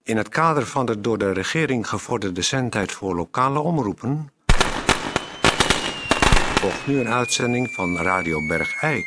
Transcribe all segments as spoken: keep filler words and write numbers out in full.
In het kader van de door de regering gevorderde zendtijd voor lokale omroepen volgt nu een uitzending van Radio Bergijk.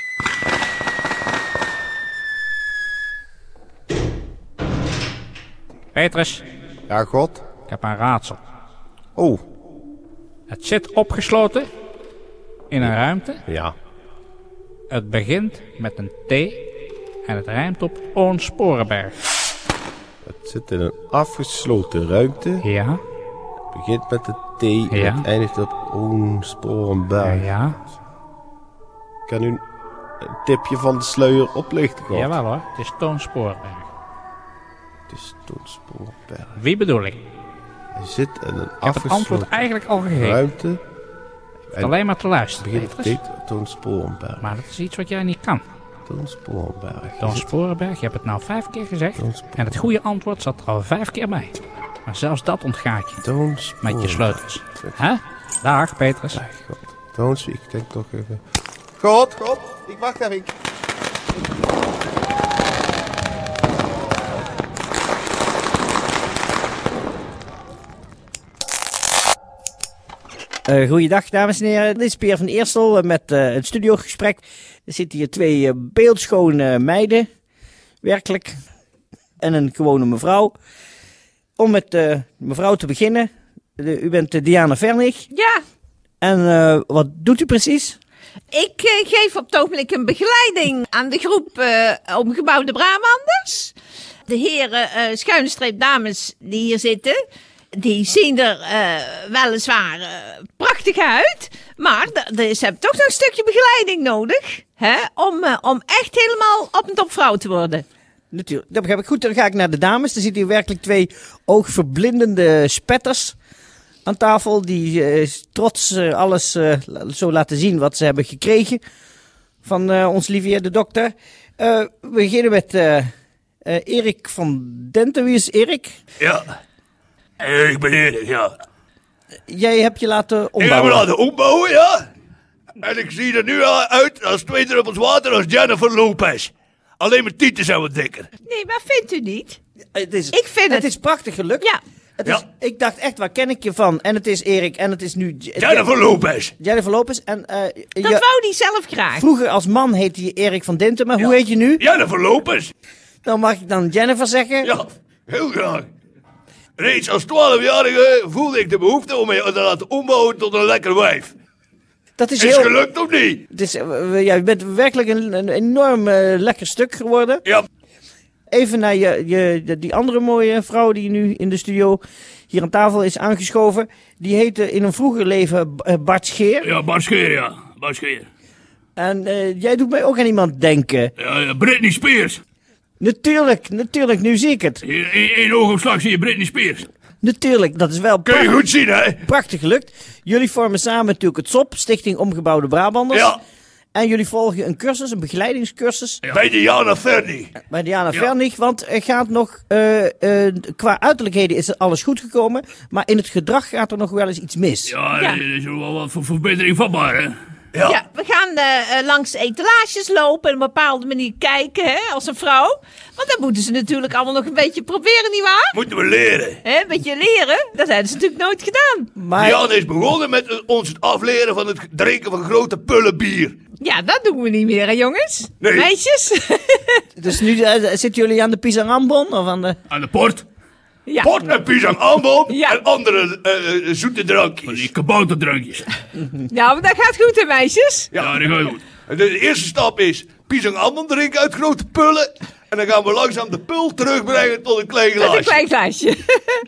Petrus. Ja, God. Ik heb een raadsel. Oh. Het zit opgesloten in een ruimte. Ja. Het begint met een T en het rijmt op Oonsporenberg. Het zit in een afgesloten ruimte. Ja. Het begint met de T en Ja. het eindigt op Oonsporenberg. Ja. Kan u een tipje van de sluier oplichten, God? Jawel hoor, het is Toon Sporenberg. Het is Toon Sporenberg. Wie bedoel ik? Hij zit in een Ik heb het antwoord afgesloten eigenlijk al gegeven. ruimte. Je hoeft alleen maar te luisteren, begint Petrus. met Toon Sporenberg. Maar dat is iets wat jij niet kan. Toon Sporenberg. Toon Sporenberg, je hebt het nou vijf keer gezegd. Toon Sporenberg. En het goede antwoord zat er al vijf keer bij. Maar zelfs dat ontgaat je. Toon Met Sporenberg. je sleutels. Hè? Dag, Petrus. Dag, God. Toon, ik denk toch even... God, God, ik wacht even. Uh, goeiedag, dames en heren. Dit is Peer van Eerstel met uh, het studiogesprek. Er zitten hier twee uh, beeldschone meiden. Werkelijk. En een gewone mevrouw. Om met uh, mevrouw te beginnen. De, u bent uh, Diana Vernig. Ja. En uh, wat doet u precies? Ik uh, geef op het ogenblik een begeleiding aan de groep uh, omgebouwde Brabanders. De heren, uh, schuine streep dames die hier zitten... Die zien er uh, weliswaar uh, prachtig uit. Maar d- d- ze hebben toch nog een stukje begeleiding nodig. Hè? Om, uh, om echt helemaal op en top vrouw te worden. Natuurlijk, dat begrijp ik goed. Dan ga ik naar de dames. Er zitten hier werkelijk twee oogverblindende spetters aan tafel. Die uh, trots uh, alles uh, zo laten zien wat ze hebben gekregen van uh, ons lieve heer de dokter. Uh, we beginnen met uh, uh, Erik van Denten. Wie is Erik? Ja. Hey, ik ben Erik, ja. Jij hebt je laten Ik heb ombouwen. me laten ombouwen, ja. En ik zie er nu al uit als twee druppels water als Jennifer Lopez. Alleen mijn tieten zijn wat dikker. Nee, maar vindt u niet? Het is, Ik vind het het- is prachtig gelukt. Ja. Het is, Ja. Ik dacht echt, waar ken ik je van? En het is Erik en het is nu... J- Jennifer Lopez. Jennifer Lopez. En, uh, Dat je- wou die zelf graag. vroeger als man heette je Erik van Dinten, maar hoe Ja. heet je nu? Jennifer Lopez. Dan mag ik dan Jennifer zeggen. Ja, heel graag. Reeds als twaalfjarige voelde ik de behoefte om me te laten ombouwen tot een lekker wijf. Dat is Is heel... gelukt of niet? Het is, uh, ja, je bent werkelijk een, een enorm uh, lekker stuk geworden. Ja. Even naar je, je, de- die andere mooie vrouw die nu in de studio hier aan tafel is aangeschoven. Die heette in een vroeger leven uh, Bart Scheer. Ja, Bart Scheer, ja. Bart Scheer. En uh, jij doet mij ook aan iemand denken. Ja, ja, Britney Spears. Natuurlijk, natuurlijk, nu zie ik het. In één oogopslag zie je Britney Spears. Natuurlijk, dat is wel Kun je prachtig, goed zien, hè? prachtig gelukt. Jullie vormen samen natuurlijk het S O P, Stichting Omgebouwde Brabanders. Ja. En jullie volgen een cursus, een begeleidingscursus Bij Diana Vernie. bij Diana Ja. Vernig. Want er gaat nog, uh, uh, qua uiterlijkheden is er alles goed gekomen. Maar in het gedrag gaat er nog wel eens iets mis. Ja, Ja. er is wel wat voor verbetering vatbaar, hè? Ja. Ja, we gaan uh, uh, langs etalages lopen en op een bepaalde manier kijken, hè, als een vrouw. Want dan moeten ze natuurlijk allemaal nog een beetje proberen, nietwaar? Moeten we leren. Hè, een beetje leren. Dat hebben ze natuurlijk nooit gedaan. Maar Diana is begonnen met uh, ons het afleren van het drinken van grote pullen bier. Ja, dat doen we niet meer, hè, jongens? Nee. Meisjes? dus nu uh, zitten jullie aan de Pisangambon of aan de... Aan de port. Ja. Port en pisang aanbod Ja. en andere uh, uh, zoete drankjes. Die kabouterdrankjes. Ja, maar dat gaat goed, hè, meisjes? Ja, dat gaat goed. En de eerste stap is pisang aanbod drinken uit grote pullen. En dan gaan we langzaam de pul terugbrengen tot een klein Met een glaasje. klein glaasje.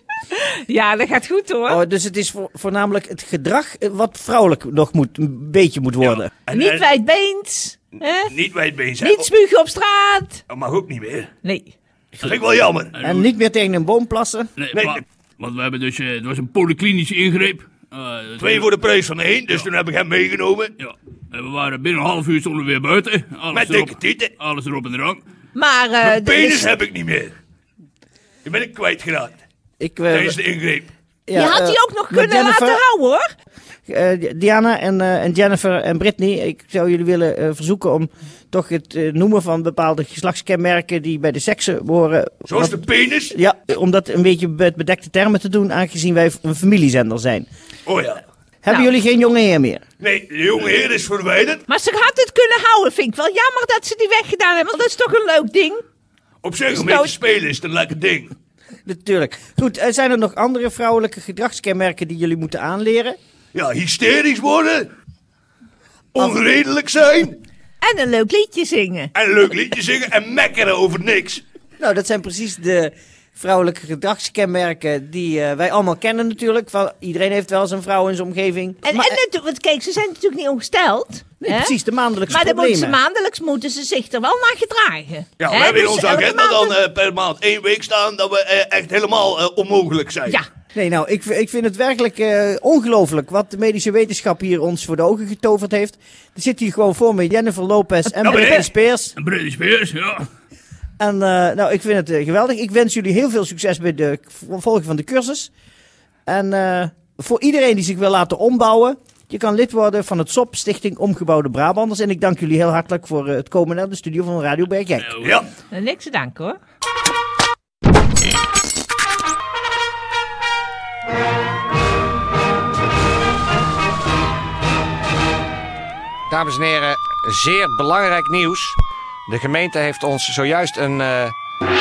Ja, dat gaat goed, hoor. Oh, dus het is vo- voornamelijk het gedrag eh, wat vrouwelijk nog moet, een beetje moet worden. En, Niet en- wijdbeens. Hè? Niet wijdbeen zijn. Niet spugen op straat. Dat mag ook niet meer. Nee. Dat vind ik wel jammer. En niet meer tegen een boom plassen. Nee, Nee, wa- nee. want we hebben dus, eh, het was een polyklinische ingreep. Eh, Twee voor de prijs van één, dus toen heb ik hem meegenomen. Ja, en we waren binnen een half uur stonden we weer buiten. Alles Met erop, dikke tieten. Alles erop en eraan. Maar, uh, Mijn dit penis is- heb ik niet meer. Die ben ik kwijtgeraakt. Ik, uh, Tijdens de ingreep. ja, je had eh, die ook nog maar kunnen Jennifer, laten houden, hoor. Uh, Diana en, uh, en Jennifer en Brittany, ik zou jullie willen uh, verzoeken om toch het uh, noemen van bepaalde geslachtskenmerken die bij de seksen horen. Zoals de penis? Ja, om dat een beetje met bedekte termen te doen, aangezien wij een familiezender zijn. Oh ja. Hebben Nou. jullie geen jonge heer meer? Nee, de jonge heer is verwijderd. Maar ze had het kunnen houden, vind ik wel jammer dat ze die weggedaan hebben. Want dat is toch een leuk ding? Op zich, een Nou, beetje spelen is het een lekker ding. Natuurlijk. Goed, uh, zijn er nog andere vrouwelijke gedragskenmerken die jullie moeten aanleren? Ja, hysterisch worden. Onredelijk zijn. En een leuk liedje zingen. En een leuk liedje zingen en mekkeren over niks. Nou, dat zijn precies de vrouwelijke gedragskenmerken die uh, wij allemaal kennen natuurlijk. Van, iedereen heeft wel eens een vrouw in zijn omgeving. En, Maar, en natuurlijk, want kijk, ze zijn natuurlijk niet ongesteld. nee, hè? precies, de maandelijkse Maar dan moeten problemen. ze maandelijks moeten ze zich er wel naar gedragen. Ja, we Hè? hebben in Dus onze elke agenda maand dan uh, per maand één week staan dat we uh, echt helemaal uh, onmogelijk zijn. Ja. Nee, nou, ik, ik vind het werkelijk uh, ongelooflijk wat de medische wetenschap hier ons voor de ogen getoverd heeft. Er zit hier gewoon voor me Jennifer Lopez en Ja, Britney meneer. Spears. En Britney Spears, ja. En uh, nou, ik vind het uh, geweldig. Ik wens jullie heel veel succes bij de volgen van de cursus. En uh, voor iedereen die zich wil laten ombouwen, je kan lid worden van het S O P, Stichting Omgebouwde Brabanders. En ik dank jullie heel hartelijk voor uh, het komen naar de studio van Radio Bergijk. Ja. Nou, niks te danken hoor. Dames en heren, zeer belangrijk nieuws. De gemeente heeft ons zojuist een uh,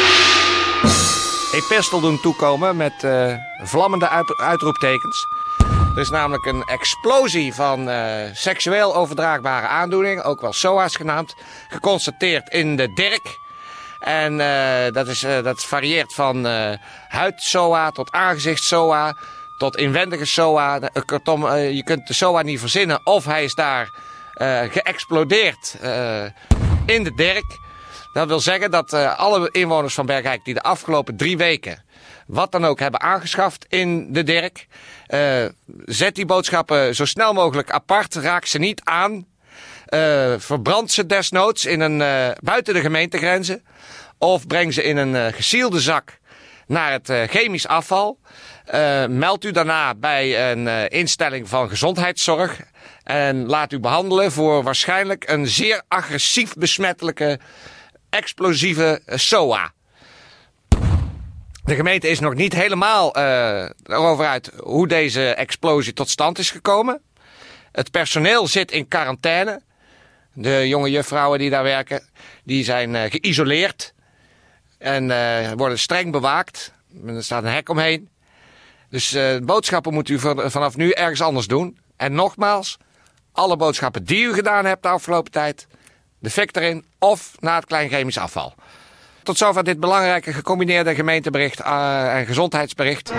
epistel doen toekomen met uh, vlammende uit- uitroeptekens. Er is namelijk een explosie van uh, seksueel overdraagbare aandoeningen, ook wel S O A's genaamd, geconstateerd in de Dirk. En uh, dat, is, uh, dat varieert van uh, huid-S O A tot aangezichts-S O A tot inwendige S O A. Uh, kortom, uh, je kunt de S O A niet verzinnen of hij is daar uh, geëxplodeerd uh, in de Dirk. Dat wil zeggen dat uh, alle inwoners van Bergijk die de afgelopen drie weken wat dan ook hebben aangeschaft in de Dirk, uh, zet die boodschappen zo snel mogelijk apart, raak ze niet aan. Uh, verbrand ze desnoods in een, uh, buiten de gemeentegrenzen. Of breng ze in een uh, gesielde zak naar het uh, chemisch afval. Uh, meld u daarna bij een uh, instelling van gezondheidszorg. En laat u behandelen voor waarschijnlijk een zeer agressief besmettelijke explosieve uh, S O A. De gemeente is nog niet helemaal uh, erover uit hoe deze explosie tot stand is gekomen. Het personeel zit in quarantaine. De jonge juffrouwen die daar werken, die zijn uh, geïsoleerd. En uh, worden streng bewaakt. Er staat een hek omheen. Dus uh, boodschappen moet u vanaf nu ergens anders doen. En nogmaals, alle boodschappen die u gedaan hebt de afgelopen tijd, de fik erin of naar het klein chemisch afval. Tot zover dit belangrijke gecombineerde gemeentebericht uh, en gezondheidsbericht.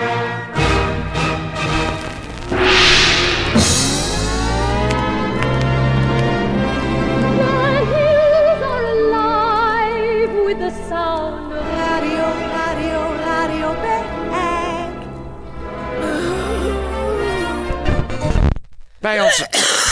Bij ons.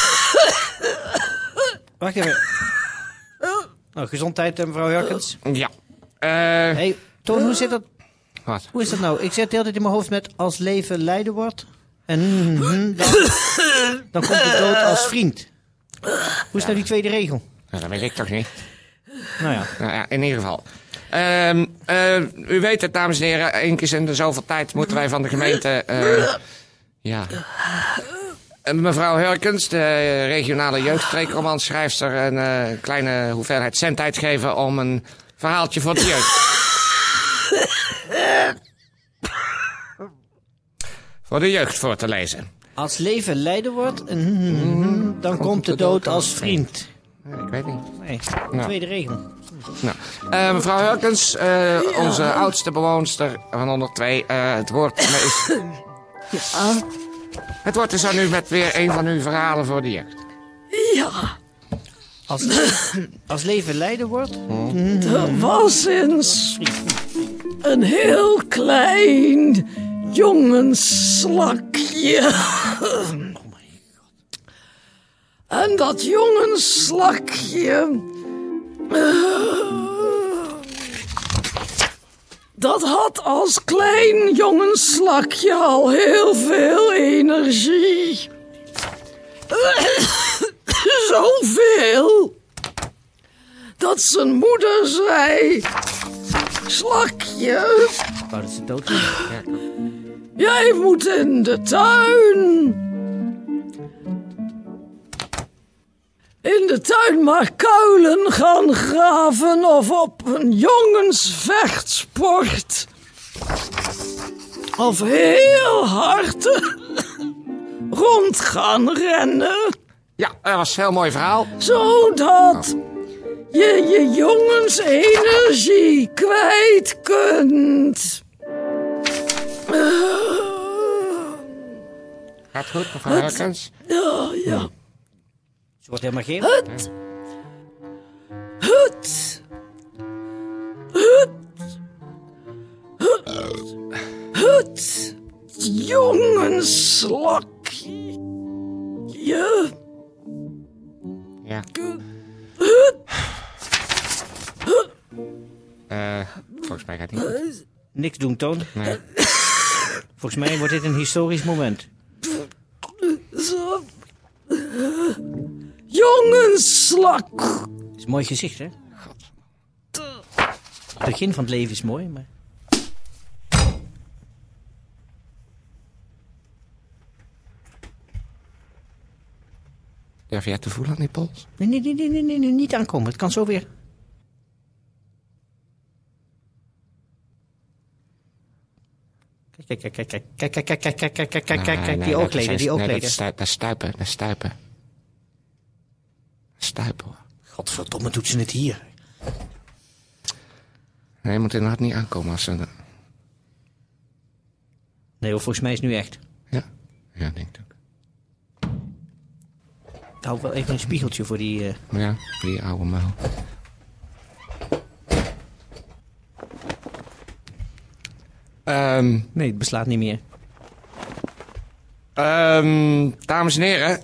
Wacht even. Nou, gezondheid, mevrouw Jurkens. Ja. Uh, Hey, Toon, hoe zit dat? Wat? Hoe is dat nou? Ik zit de hele tijd in mijn hoofd met als leven lijden wordt. En mm, mm, dan, dan komt de dood als vriend. Hoe is nou die tweede regel? Nou, dat weet ik toch niet. Nou ja. Nou ja, in ieder geval. Uh, uh, u weet het, dames en heren, één keer in de zoveel tijd moeten wij van de gemeente... Uh, ja... Mevrouw Hurkens, de regionale jeugdstreekromanschrijfster, een uh, kleine hoeveelheid cent uitgeven om een verhaaltje voor de jeugd. voor de jeugd voor te lezen. Als leven lijden wordt, mm, mm, mm, dan komt de dood als vriend. Nee, ik weet niet. Nee, Nou. tweede regel. Nou, uh, mevrouw Hurkens, uh, onze oudste bewoonster van honderdtwee, uh, het woord is... Ja, Het woord is aan u met weer een van uw verhalen voor de jeugd. ja. Als, als leven lijden wordt... Er was eens een heel klein jongensslakje. En dat jongensslakje... Dat had als klein jongensslakje al heel veel energie. Zoveel dat zijn moeder zei: Slakje, Oh, dat is dood. Ja. jij moet in de tuin. In de tuin maar kuilen gaan graven of op een jongensvechtsport. Of heel hard rond gaan rennen. Ja, dat was een heel mooi verhaal. Zodat je je jongensenergie kwijt kunt. Gaat goed, mevrouw Herkens? Ja, ja. Ze wordt helemaal geen. Het. Het. Het. Het. Het. Jongensslakje. Je. Ja. Het. Eh, volgens mij gaat het niet goed. Niks doen, Toon. Nee. Volgens mij wordt dit een historisch moment. Zo. Jongensslak. Het is een mooi gezicht, hè? Het begin van het leven is mooi, maar... Durf jij te voelen aan die pols? Nee, nee, nee, nee, nee, nee, nee, niet aankomen. Het kan zo weer. Kijk, kijk, kijk, kijk, kijk, kijk, kijk, kijk, kijk, kijk, kijk, kijk, kijk, kijk, die oogleden, die oogleden. Nee, dat is stu- dat is stuipen, dat is stuipen. Stuipen, hoor. Godverdomme, doet ze het hier. Nee, je moet inderdaad niet aankomen als ze... Nee, hoor, volgens mij is het nu echt. Ja, ja, denk ik ook. Ik hou wel even een spiegeltje voor die... Uh... Ja, voor die oude muil. Um, nee, het beslaat niet meer. Um, dames en heren.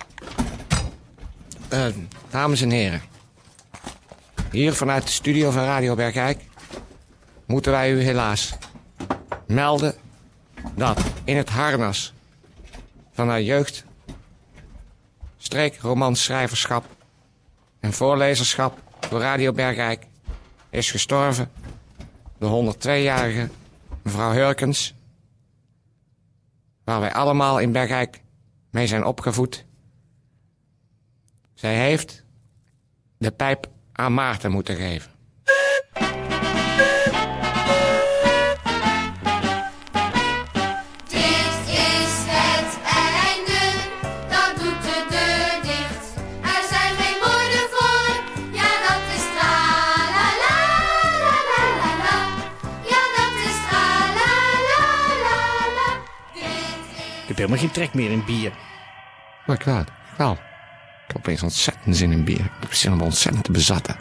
Uh, dames en heren. Hier vanuit de studio van Radio Bergijk moeten wij u helaas melden dat in het harnas van haar jeugd, streek, romans, schrijverschap en voorlezerschap door Radio Bergijk is gestorven de honderdtweejarige mevrouw Hurkens, waar wij allemaal in Bergijk mee zijn opgevoed. Zij heeft de pijp aan Maarten moeten geven. Dit is het einde, dan doet de deur dicht. Er zijn geen woorden voor, ja dat is tra-la-la-la-la-la-la. Ja dat is tra-la-la-la-la. Ik heb helemaal geen trek meer in bier. Maar kwaad, wel. Ik heb opeens ontzettend zin in bier. Ik heb zin om ontzettend te bezatten.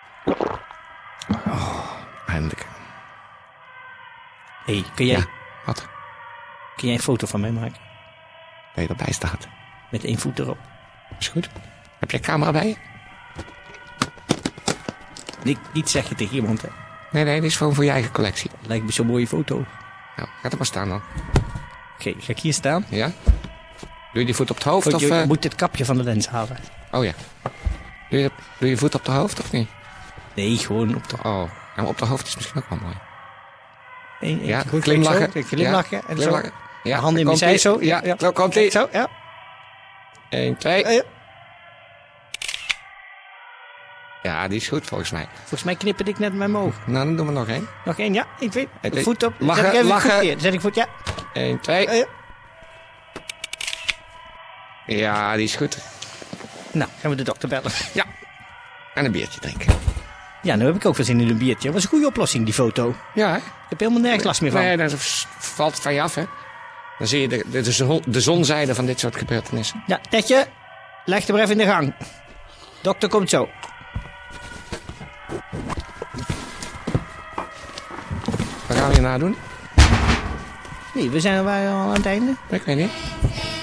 Oh, eindelijk. Hé, hey, kun jij... Ja, wat? Kun jij een foto van mij maken? Dat je erbij staat. Met één voet erop. Is goed. Heb jij camera bij je? Niet, niet zeggen tegen iemand, hè. Nee, nee, dit is gewoon voor je eigen collectie. Lijkt me zo'n mooie foto. Nou, ga er maar staan dan. Oké, okay, ga ik hier staan? Ja. Doe je die voet op het hoofd? Goed, of, je uh... moet het kapje van de lens halen. Oh ja. Doe je, doe je voet op de hoofd of niet? Nee, gewoon op de... Oh, ja, maar op de hoofd is misschien ook wel mooi. Eén, ja, goed, glimlachen. Zo, glimlachen. Ja, en glimlachen. Zo. Ja, handen in mijn zij zo. Ja, ja. Zo komt ie. Zo, ja. Eén, twee. Ja. Ja, die is goed volgens mij. Volgens mij knipperde ik net met mijn ogen. Nou, dan doen we nog één. Nog één, ja. één, twee. Eén, twee. Voet op. Lachen, Zet ik even lachen. voet neer. Zet ik voet, ja. Eén, twee. Ja. Ja, die is goed. Nou, gaan we de dokter bellen. Ja. En een biertje drinken. Ja, nu heb ik ook wel zin in een biertje. Dat was een goede oplossing, die foto. Ja, hè? Ik heb helemaal nergens last meer van. Nee, dan valt het van je af, hè. Dan zie je de, de, de, zon, de zonzijde van dit soort gebeurtenissen. Ja, Tetje, leg hem maar even in de gang. Dokter komt zo. Wat gaan we hierna doen? Nee, we zijn er al aan het einde. Ik weet niet.